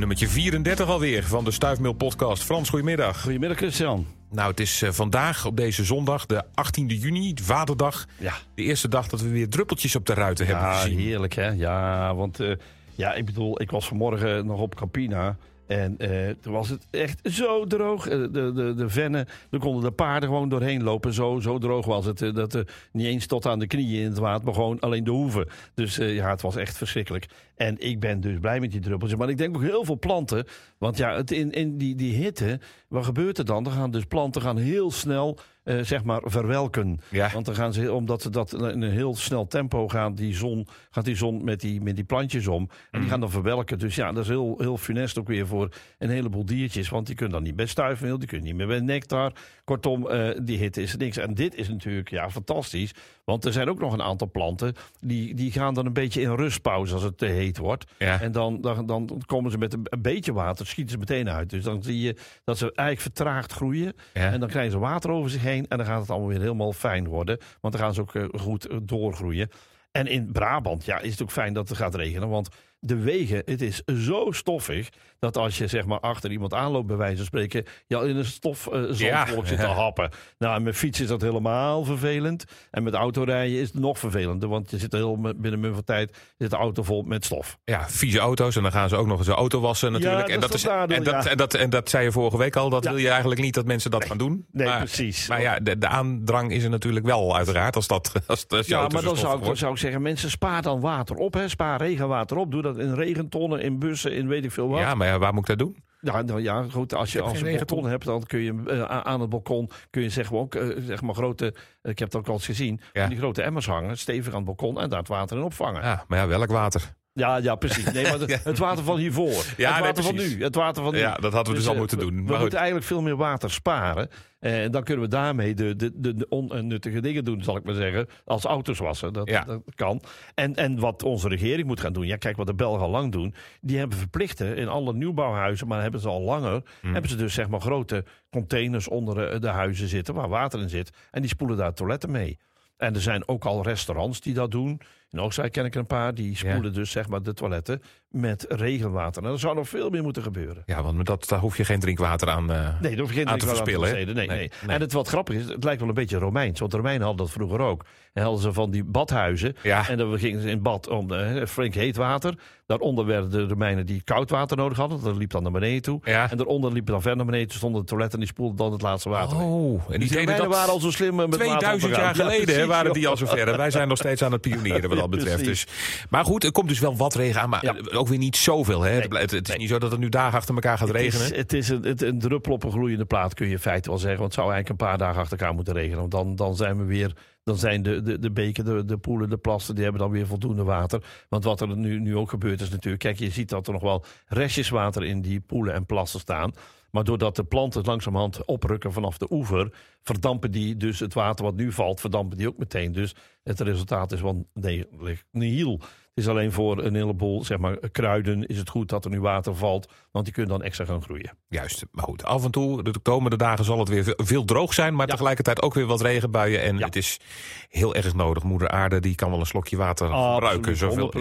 Nummertje 34 alweer van de Stuifmeel podcast. Frans, goedemiddag. Goedemiddag, Christian. Nou, het is vandaag op deze zondag, de 18e juni, Vaderdag. Ja. De eerste dag dat we weer druppeltjes op de ruiten hebben gezien. Ja, heerlijk hè. Ja, want ik was vanmorgen nog op Campina. En toen was het echt zo droog. De vennen, er konden de paarden gewoon doorheen lopen. Zo droog was het. Dat niet eens tot aan de knieën in het water, maar gewoon alleen de hoeven. Dus het was echt verschrikkelijk. En ik ben dus blij met die druppeltjes. Maar ik denk ook heel veel planten. Want ja, in die hitte, wat gebeurt er dan? Dan gaan dus planten heel snel verwelken. Ja. Want dan gaan ze, omdat ze dat in een heel snel tempo gaat die zon met die plantjes om. En die gaan dan verwelken. Dus ja, dat is heel funest ook weer voor een heleboel diertjes. Want die kunnen dan niet bij stuifmeel, die kunnen niet meer bij nectar. Kortom, die hitte is niks. En dit is natuurlijk fantastisch. Want er zijn ook nog een aantal planten die gaan dan een beetje in rustpauze als het te heet wordt. Ja. En dan komen ze met een beetje water, schieten ze meteen uit. Dus dan zie je dat ze eigenlijk vertraagd groeien. Ja. En dan krijgen ze water over zich heen. En dan gaat het allemaal weer helemaal fijn worden. Want dan gaan ze ook goed doorgroeien. En in Brabant is het ook fijn dat het gaat regenen. Want de wegen, het is zo stoffig dat als je achter iemand aanloopt, bij wijze van spreken, in een zandvlok zit te happen. Nou, met fiets is dat helemaal vervelend. En met autorijden is het nog vervelender. Want je zit binnen een van tijd zit de auto vol met stof. Ja, vieze auto's. En dan gaan ze ook nog eens de auto wassen natuurlijk. En dat zei je vorige week al. Dat wil je eigenlijk niet dat mensen dat gaan doen. Nee, precies. Maar de aandrang is er natuurlijk wel uiteraard. Als maar dan zou ik zeggen, mensen, spaar dan water op. Hè. Spaar regenwater op. Doe dat in regentonnen, in bussen, in weet ik veel wat. Ja, maar waar moet ik dat doen? Ja, goed. Als je een balkon hebt, dan kun je aan het balkon grote. Ik heb het ook al eens gezien. Die grote emmers hangen, stevig aan het balkon en daar het water in opvangen. Ja, maar welk water? Ja, precies. Nee, maar het water van hiervoor. Het water van nu. Ja, dat hadden we dus al moeten doen. We moeten eigenlijk veel meer water sparen. En dan kunnen we daarmee de onnuttige dingen doen, zal ik maar zeggen. Als auto's wassen, dat kan. En wat onze regering moet gaan doen. Kijk wat de Belgen al lang doen. Die hebben verplichten in alle nieuwbouwhuizen, maar hebben ze al langer. Hebben ze dus grote containers onder de huizen zitten waar water in zit. En die spoelen daar toiletten mee. En er zijn ook al restaurants die dat doen. In Oostenrijk ken ik er een paar. Die spoelen dus de toiletten met regenwater. En er zou nog veel meer moeten gebeuren. Ja, want daar hoef je geen drinkwater aan daar hoef je geen drinkwater te verspillen. Nee. En wat grappig is, het lijkt wel een beetje Romeins. Want de Romeinen hadden dat vroeger ook. En hadden ze van die badhuizen. Ja. En dan gingen ze in bad om flink heet water. Daaronder werden de Romeinen die koud water nodig hadden. Dat liep dan naar beneden toe. Ja. En daaronder liep dan verder naar beneden. Toen stonden de toiletten en die spoelden dan het laatste water. En die Romeinen waren al zo slim met 2000 jaar geleden waren die al zo ver. Wij zijn nog steeds aan het pionieren wat dat betreft. Dus. Maar goed, er komt dus wel wat regen aan. Maar ook weer niet zoveel. Hè? Nee, het is niet zo dat het nu dagen achter elkaar gaat regenen. Het is een druppel op een gloeiende plaat, kun je in feite wel zeggen. Want het zou eigenlijk een paar dagen achter elkaar moeten regenen. Want dan zijn we weer. Dan zijn de beken, de poelen, de plassen, die hebben dan weer voldoende water. Want wat er nu ook gebeurt is natuurlijk. Kijk, je ziet dat er nog wel restjes water in die poelen en plassen staan. Maar doordat de planten langzamerhand oprukken vanaf de oever, verdampen die dus het water wat nu valt, verdampen die ook meteen. Dus het resultaat is wel nihil. Het is alleen voor een heleboel kruiden is het goed dat er nu water valt, want die kunnen dan extra gaan groeien. Juist, maar goed, af en toe, de komende dagen zal het weer veel droog zijn, maar tegelijkertijd ook weer wat regenbuien. En het is heel erg nodig. Moeder Aarde die kan wel een slokje water gebruiken.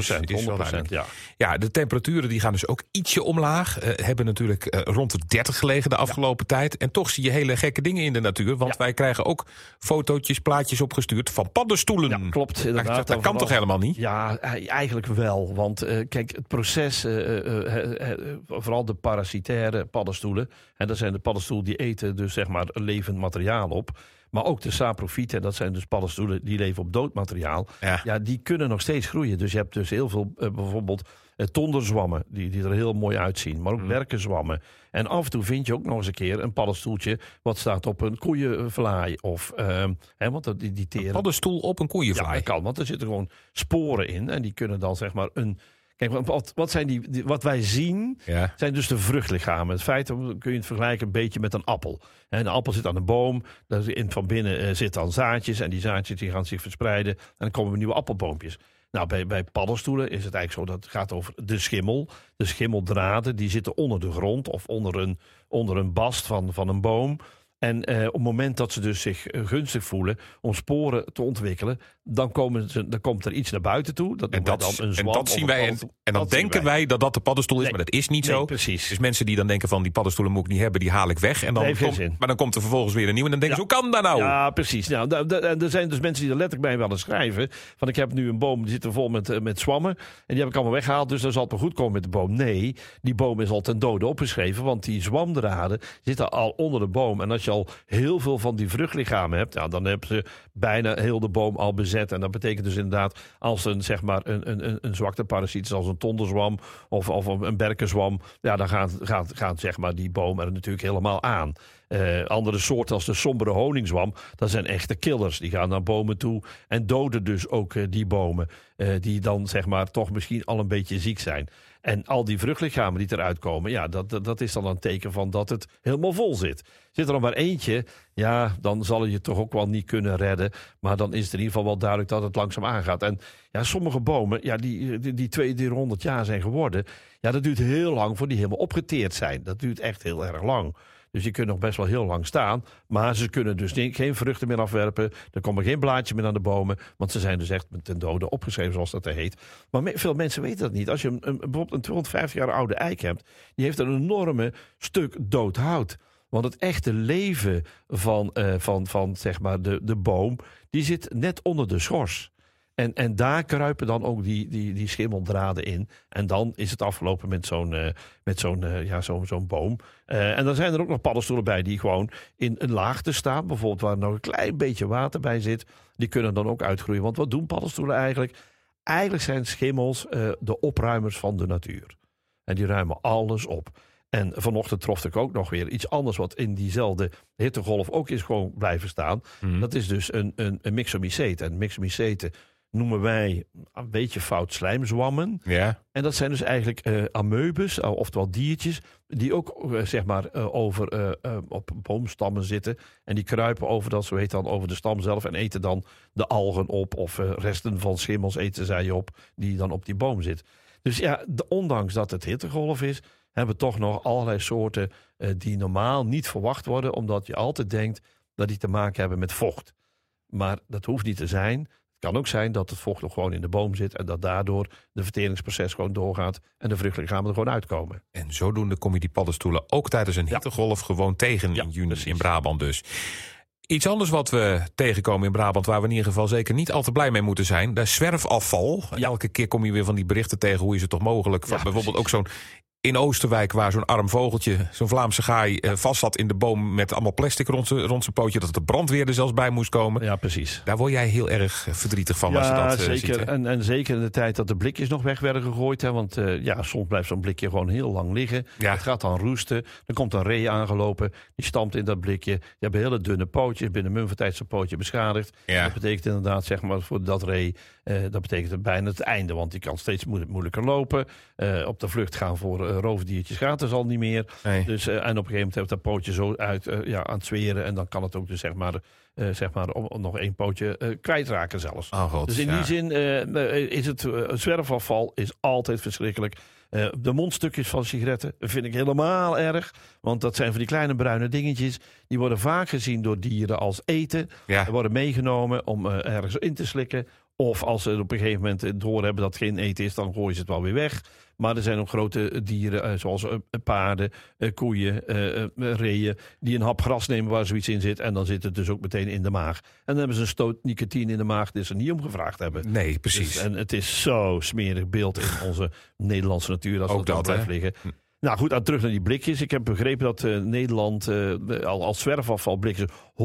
100%. Ja, de temperaturen die gaan dus ook ietsje omlaag. Hebben natuurlijk rond de 30 gelegen de afgelopen tijd. En toch zie je hele gekke dingen in de natuur. Want wij krijgen ook fotootjes, plaatjes opgestuurd van paddenstoelen. Ja, klopt. Inderdaad. Dat kan toch helemaal niet? Ja, eigenlijk wel. Want kijk, het proces, vooral de parasitaire paddenstoelen. En dat zijn de paddenstoelen die eten dus levend materiaal op. Maar ook de saprofieten, dat zijn dus paddenstoelen die leven op dood materiaal. Ja, die kunnen nog steeds groeien. Dus je hebt dus heel veel, bijvoorbeeld tonderzwammen, die er heel mooi uitzien. Maar ook berkenzwammen. En af en toe vind je ook nog eens een keer een paddenstoeltje wat staat op een koeienvlaai. Of, want die teren. Een paddenstoel op een koeienvlaai? Ja, dat kan, want er zitten gewoon sporen in. En die kunnen dan Kijk, wat wij zien zijn dus de vruchtlichamen. Het feit kun je het vergelijken een beetje met een appel. En een appel zit aan een boom. Van binnen zitten dan zaadjes. En die zaadjes die gaan zich verspreiden. En dan komen nieuwe appelboompjes. Nou, bij paddenstoelen is het eigenlijk zo dat het gaat over de schimmel. De schimmeldraden die zitten onder de grond of onder een bast van een boom. En op het moment dat ze dus zich gunstig voelen om sporen te ontwikkelen, dan komt er iets naar buiten toe. En dat zien wij. En dan denken wij dat dat de paddenstoel is, maar dat is niet zo. Precies. Dus mensen die dan denken van die paddenstoelen moet ik niet hebben, die haal ik weg. En dan maar dan komt er vervolgens weer een nieuwe. En dan denken ze, hoe kan dat nou? Ja, precies. Nou, er zijn dus mensen die er letterlijk bij willen schrijven. Van ik heb nu een boom, die zit er vol met zwammen. En die heb ik allemaal weggehaald, dus dan zal het wel goed komen met de boom. Nee, die boom is al ten dode opgeschreven. Want die zwamdraden zitten al onder de boom. En als je al heel veel van die vruchtlichamen hebt, dan hebben ze bijna heel de boom al bezet. En dat betekent dus inderdaad, als een zwakte parasiet, zoals een tonderzwam of een berkenzwam, dan gaat zeg maar die boom er natuurlijk helemaal aan. Andere soorten als de sombere honingzwam, dat zijn echte killers. Die gaan naar bomen toe en doden dus ook die bomen. Die dan zeg maar toch misschien al een beetje ziek zijn. En al die vruchtlichamen die eruit komen, dat is dan een teken van dat het helemaal vol zit. Zit er nog maar eentje, dan zal je toch ook wel niet kunnen redden. Maar dan is het in ieder geval wel duidelijk dat het langzaam aangaat. En sommige bomen, die 200-300 jaar zijn geworden, dat duurt heel lang voor die helemaal opgeteerd zijn. Dat duurt echt heel erg lang. Dus die kunnen nog best wel heel lang staan. Maar ze kunnen dus geen vruchten meer afwerpen. Er komt geen blaadje meer aan de bomen. Want ze zijn dus echt ten dode opgeschreven, zoals dat er heet. Maar veel mensen weten dat niet. Als je bijvoorbeeld een 250 jaar oude eik hebt, die heeft een enorme stuk dood hout. Want het echte leven van zeg maar de boom, die zit net onder de schors. En daar kruipen dan ook die schimmeldraden in. En dan is het afgelopen met zo'n boom. En dan zijn er ook nog paddenstoelen bij die gewoon in een laagte staan. Bijvoorbeeld waar nog een klein beetje water bij zit. Die kunnen dan ook uitgroeien. Want wat doen paddenstoelen eigenlijk? Eigenlijk zijn schimmels de opruimers van de natuur. En die ruimen alles op. En vanochtend trof ik ook nog weer iets anders wat in diezelfde hittegolf ook is gewoon blijven staan. Dat is dus een myxomycete. En myxomyceten noemen wij een beetje fout slijmzwammen. Ja. En dat zijn dus eigenlijk ameubes, oftewel diertjes, die ook op boomstammen zitten. En die kruipen over de stam zelf en eten dan de algen op. Of resten van schimmels eten zij op, die dan op die boom zit. Dus ondanks dat het hittegolf is, hebben we toch nog allerlei soorten die normaal niet verwacht worden, omdat je altijd denkt dat die te maken hebben met vocht. Maar dat hoeft niet te zijn. Het kan ook zijn dat het vocht nog gewoon in de boom zit en dat daardoor de verteringsproces gewoon doorgaat en de vruchtlichamen er gewoon uitkomen. En zodoende kom je die paddenstoelen ook tijdens een hittegolf gewoon tegen in juni in Brabant dus. Iets anders wat we tegenkomen in Brabant, waar we in ieder geval zeker niet al te blij mee moeten zijn, dat is zwerfafval. Elke keer kom je weer van die berichten tegen, hoe is het toch mogelijk? Bijvoorbeeld ook zo'n in Oosterwijk, waar zo'n arm vogeltje, zo'n Vlaamse gaai, vast zat in de boom met allemaal plastic rond zijn pootje, dat de brandweer er zelfs bij moest komen. Ja, precies. Daar word jij heel erg verdrietig van als je dat zeker. ziet. En zeker in de tijd dat de blikjes nog weg werden gegooid. Hè, want soms blijft zo'n blikje gewoon heel lang liggen. Ja. Het gaat dan roesten. Dan komt een ree aangelopen. Die stampt in dat blikje. Die hebben hele dunne pootjes. Binnen mum van tijd zijn pootje beschadigd. Ja. Dat betekent inderdaad, zeg maar, voor dat ree, dat betekent bijna het einde. Want die kan steeds moeilijker lopen. Op de vlucht gaan voor roofdiertjes gaat dus al niet meer. Nee. Dus, en op een gegeven moment heeft dat pootje zo uit aan het zweren. En dan kan het ook dus zeg maar nog één pootje kwijtraken zelfs. Oh God, dus in die zin is het zwerfafval is altijd verschrikkelijk. De mondstukjes van sigaretten vind ik helemaal erg. Want dat zijn van die kleine bruine dingetjes. Die worden vaak gezien door dieren als eten. Ja. Die worden meegenomen om ergens in te slikken. Of als ze op een gegeven moment doorhebben dat het geen eten is, dan gooien ze het wel weer weg. Maar er zijn ook grote dieren, zoals paarden, koeien, reeën, die een hap gras nemen waar zoiets in zit. En dan zit het dus ook meteen in de maag. En dan hebben ze een stoot nicotine in de maag die ze niet om gevraagd hebben. Nee, precies. Dus, en het is zo smerig beeld in onze Nederlandse natuur als dat blijft liggen. Nou goed, terug naar die blikjes. Ik heb begrepen dat Nederland als zwerfafvalblikjes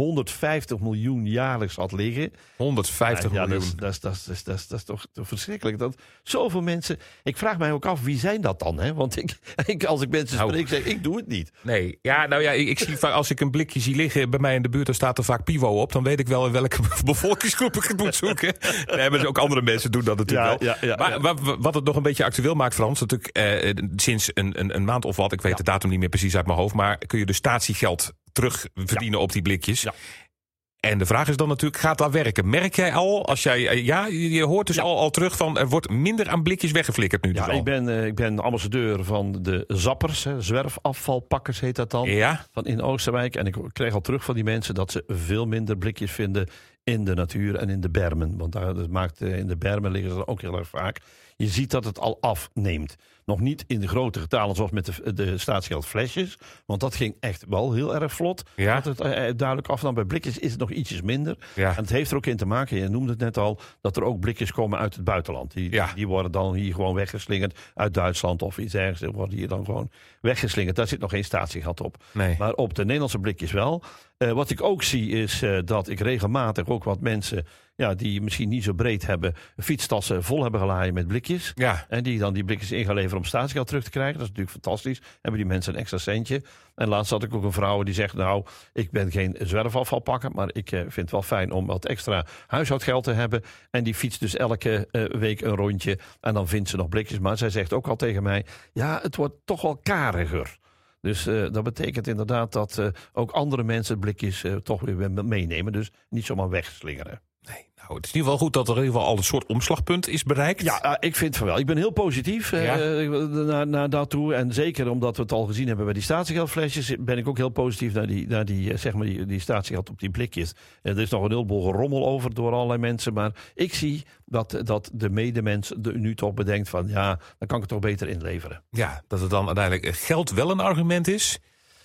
150 miljoen jaarlijks had liggen. 150 miljoen. Dat is toch verschrikkelijk. Dat zoveel mensen. Ik vraag mij ook af, wie zijn dat dan? Hè? Want als ik mensen spreek, zeg ik doe het niet. Nee, ik zie vaak, als ik een blikje zie liggen bij mij in de buurt, dan staat er vaak Pivo op. Dan weet ik wel in welke bevolkingsgroep ik het moet zoeken. Nee, maar ook andere mensen doen dat natuurlijk wel. Maar wat het nog een beetje actueel maakt, Frans, natuurlijk sinds een maand of wat, ik weet de datum niet meer precies uit mijn hoofd, maar kun je dus statiegeld terug verdienen op die blikjes. Ja. En de vraag is dan natuurlijk, gaat dat werken? Merk jij al, als jij, je hoort dus al terug van, er wordt minder aan blikjes weggeflikkerd nu. Ja, ik ben ambassadeur van de zappers, zwerfafvalpakkers heet dat dan, van in Oosterwijk. En ik kreeg al terug van die mensen dat ze veel minder blikjes vinden in de natuur en in de bermen. Want in de bermen liggen ze ook heel erg vaak. Je ziet dat het al afneemt. Nog niet in de grote getalen zoals met de statiegeldflesjes. Want dat ging echt wel heel erg vlot. Ja. Dat het duidelijk afnam. Bij blikjes is het nog ietsjes minder. Ja. En het heeft er ook in te maken, je noemde het net al, dat er ook blikjes komen uit het buitenland. Die worden dan hier gewoon weggeslingerd uit Duitsland of iets ergens. Die worden hier dan gewoon weggeslingerd. Daar zit nog geen statiegeld op. Nee. Maar op de Nederlandse blikjes wel. Wat ik ook zie is dat ik regelmatig ook wat mensen die misschien niet zo breed hebben, fietstassen vol hebben geladen met blikjes. Ja. En die dan die blikjes in gaan leveren om statiegeld terug te krijgen. Dat is natuurlijk fantastisch. Hebben die mensen een extra centje. En laatst had ik ook een vrouw die zegt, nou, ik ben geen zwerfafvalpakker, maar ik vind het wel fijn om wat extra huishoudgeld te hebben. En die fietst dus elke week een rondje. En dan vindt ze nog blikjes. Maar zij zegt ook al tegen mij, ja, het wordt toch wel kariger. Dus dat betekent inderdaad dat ook andere mensen blikjes toch weer meenemen. Dus niet zomaar wegslingeren. Nee, nou, het is in ieder geval goed dat er in ieder geval al een soort omslagpunt is bereikt. Ja, ik vind van wel. Ik ben heel positief naar daartoe. En zeker omdat we het al gezien hebben bij die statiegeldflesjes, ben ik ook heel positief naar die statiegeld op die blikjes. Er is nog een heleboel gerommel over door allerlei mensen. Maar ik zie dat de medemens nu toch bedenkt van, ja, dan kan ik het toch beter inleveren. Ja, dat het dan uiteindelijk geld wel een argument is.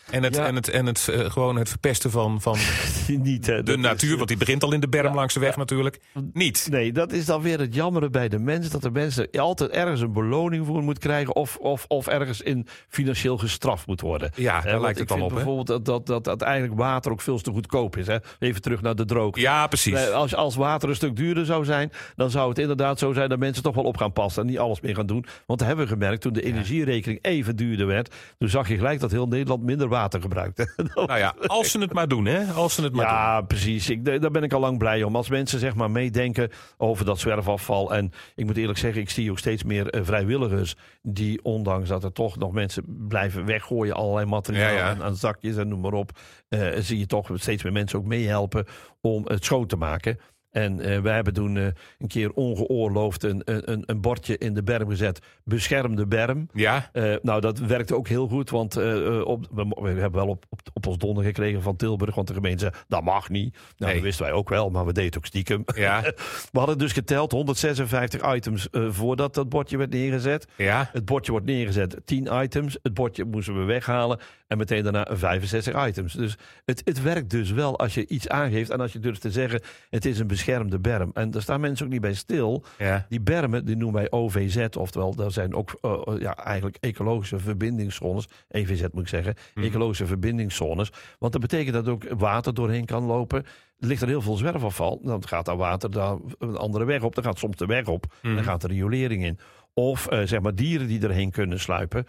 En het gewoon het verpesten van niet, de natuur, want die begint al in de berm langs de weg natuurlijk. Niet. Nee, dat is dan weer het jammere bij de mensen, dat de mensen altijd ergens een beloning voor moet krijgen of ergens in financieel gestraft moet worden. Ja, daar lijkt het dan op. Bijvoorbeeld dat eigenlijk water ook veel te goedkoop is. Hè? Even terug naar de droogte. Ja, precies. Als water een stuk duurder zou zijn, dan zou het inderdaad zo zijn dat mensen toch wel op gaan passen en niet alles meer gaan doen. Want dat hebben we gemerkt toen de energierekening even duurder werd. Toen zag je gelijk dat heel Nederland minder water gebruikt. Nou ja, als ze het maar doen, hè? Als ze het maar doen. Ja, precies. Daar ben ik al lang blij om. Als mensen zeg maar meedenken over dat zwerfafval. En ik moet eerlijk zeggen, ik zie ook steeds meer vrijwilligers die, ondanks dat er toch nog mensen blijven weggooien, allerlei materiaal aan zakjes en noem maar op, zie je toch steeds meer mensen ook meehelpen om het schoon te maken. En wij hebben toen een keer ongeoorloofd een bordje in de berm gezet. Bescherm de berm. Ja. Nou, dat werkte ook heel goed. Want we hebben wel op ons donder gekregen van Tilburg. Want de gemeente zei, dat mag niet. Nou, dat wisten wij ook wel, maar we deden het ook stiekem. Ja. We hadden dus geteld 156 items voordat dat bordje werd neergezet. Ja. Het bordje wordt neergezet, 10 items. Het bordje moesten we weghalen. En meteen daarna 65 items. Dus het werkt dus wel als je iets aangeeft. En als je durft te zeggen, het is een beschermde berm. En daar staan mensen ook niet bij stil. Ja. Die bermen, die noemen wij OVZ. Oftewel, daar zijn ook eigenlijk ecologische verbindingszones. EVZ moet ik zeggen. Ecologische verbindingszones. Want dat betekent dat ook water doorheen kan lopen. Er ligt er heel veel zwerfafval. Dan gaat dat water daar een andere weg op. Dan gaat soms de weg op. Dan gaat de riolering in. Of zeg maar dieren die erheen kunnen sluipen.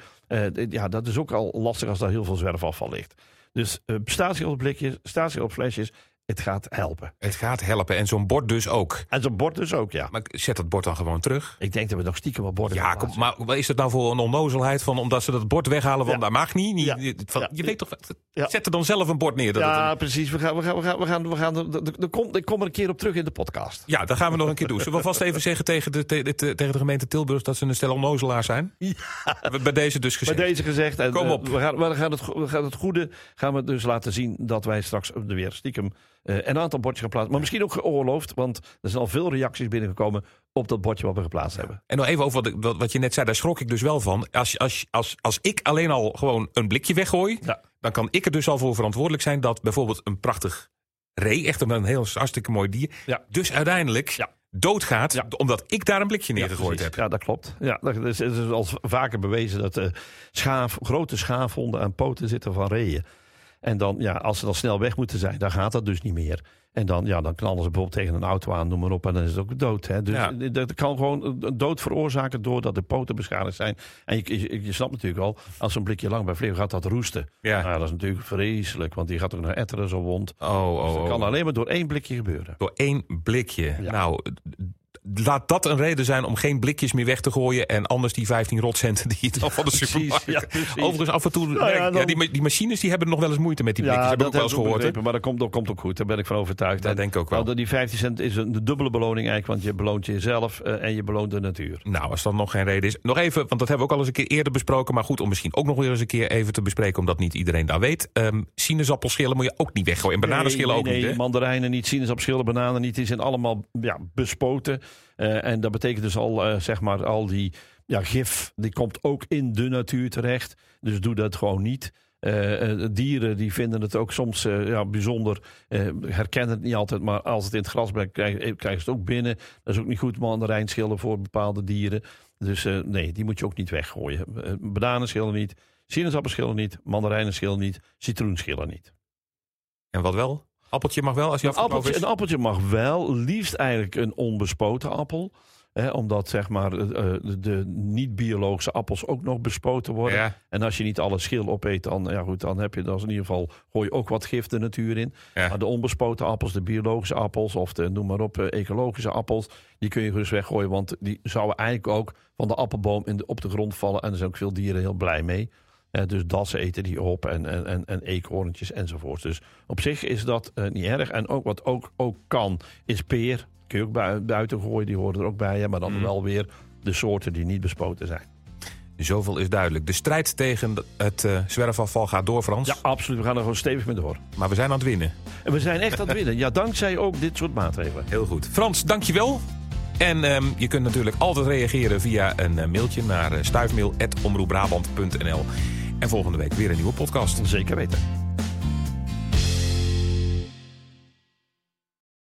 Dat is ook al lastig als daar heel veel zwerfafval ligt. Dus statiegeldblikjes, statiegeld-flesjes. Het gaat helpen. Het gaat helpen. En zo'n bord dus ook. En zo'n bord dus ook, ja. Maar zet dat bord dan gewoon terug. Ik denk dat we nog stiekem wat borden gaan plaatsen. Maar wat is dat nou voor een onnozelheid van omdat ze dat bord weghalen van dat mag niet? Je weet toch, zet er dan zelf een bord neer. Precies. Ik kom er een keer op terug in de podcast. Ja, dat gaan we nog een keer doen. Zullen we vast even zeggen tegen de gemeente Tilburg dat ze een stel onnozelaars zijn? Ja. Bij deze dus gezegd. Bij deze gezegd. En, kom op. We gaan het goede gaan we dus laten zien dat wij straks weer stiekem een aantal bordjes gaan plaatsen. Maar misschien ook geoorloofd, want er zijn al veel reacties binnengekomen op dat bordje wat we geplaatst hebben. En nog even over wat je net zei, daar schrok ik dus wel van. Als ik alleen al gewoon een blikje weggooi, dan kan ik er dus al voor verantwoordelijk zijn dat bijvoorbeeld een prachtig ree, echt een heel hartstikke mooi dier, dus uiteindelijk doodgaat, omdat ik daar een blikje neergegooid heb. Ja, dat klopt. Ja, het is al vaker bewezen dat grote schaafwonden aan poten zitten van reeën. En dan, als ze dan snel weg moeten zijn, dan gaat dat dus niet meer. En dan knallen ze bijvoorbeeld tegen een auto aan, noem maar op, en dan is het ook dood. Hè. Dus dat kan gewoon dood veroorzaken doordat de poten beschadigd zijn. En je snapt natuurlijk al, als zo'n blikje lang bij vleeuw gaat dat roesten. Ja. Nou, dat is natuurlijk vreselijk, want die gaat ook naar etteren, zo'n wond. Dus dat kan alleen maar door één blikje gebeuren. Door één blikje. Ja. Nou, laat dat een reden zijn om geen blikjes meer weg te gooien. En anders die 15 rotcenten die je dan van de supermarkt. Ja, overigens af en toe. Die machines die hebben nog wel eens moeite met die blikjes. Heb ik ook wel eens gehoord. Maar dat komt ook goed. Daar ben ik van overtuigd. Dat denk ik ook wel. Die 15 cent is een dubbele beloning eigenlijk. Want je beloont jezelf en je beloont de natuur. Nou, als dat nog geen reden is. Nog even, want dat hebben we ook al eens een keer eerder besproken. Maar goed, om misschien ook nog weer eens een keer even te bespreken. Omdat niet iedereen dat weet. Sinaasappelschillen moet je ook niet weggooien. En bananenschillen ook niet. Nee, mandarijnen niet, sinaasappelschillen, bananen niet. Die zijn allemaal bespoten. En dat betekent dus al die gif, die komt ook in de natuur terecht. Dus doe dat gewoon niet. Dieren die vinden het ook soms bijzonder, herkennen het niet altijd, maar als het in het gras brengt, krijgen ze het ook binnen. Dat is ook niet goed, mandarijnschillen voor bepaalde dieren. Dus nee, die moet je ook niet weggooien. Bananenschillen niet, sinaasappelschillen niet, mandarijnenschillen niet, citroenschillen niet. En wat wel? Appeltje mag wel als je afgelopen is? Een appeltje mag wel, liefst eigenlijk een onbespoten appel. Omdat de niet-biologische appels ook nog bespoten worden. Ja. En als je niet alle schil opeet, dan heb je in ieder geval, gooi je ook wat gif de natuur in. Ja. Maar de onbespoten appels, de biologische appels of noem maar op, ecologische appels, die kun je gerust weggooien. Want die zouden eigenlijk ook van de appelboom op de grond vallen. En daar zijn ook veel dieren heel blij mee. Dus dassen eten die op en eekhoorntjes enzovoort. Dus op zich is dat niet erg. En ook wat ook kan, is peer. Kun je ook buiten gooien, die horen er ook bij. Maar dan wel weer de soorten die niet bespoten zijn. Zoveel is duidelijk. De strijd tegen het zwerfafval gaat door, Frans. Ja, absoluut. We gaan er gewoon stevig mee door. Maar we zijn aan het winnen. En we zijn echt aan het winnen. Ja, dankzij ook dit soort maatregelen. Heel goed. Frans, dankjewel. En je kunt natuurlijk altijd reageren via een mailtje naar stuifmail@omroepbrabant.nl. En volgende week weer een nieuwe podcast. Zeker weten.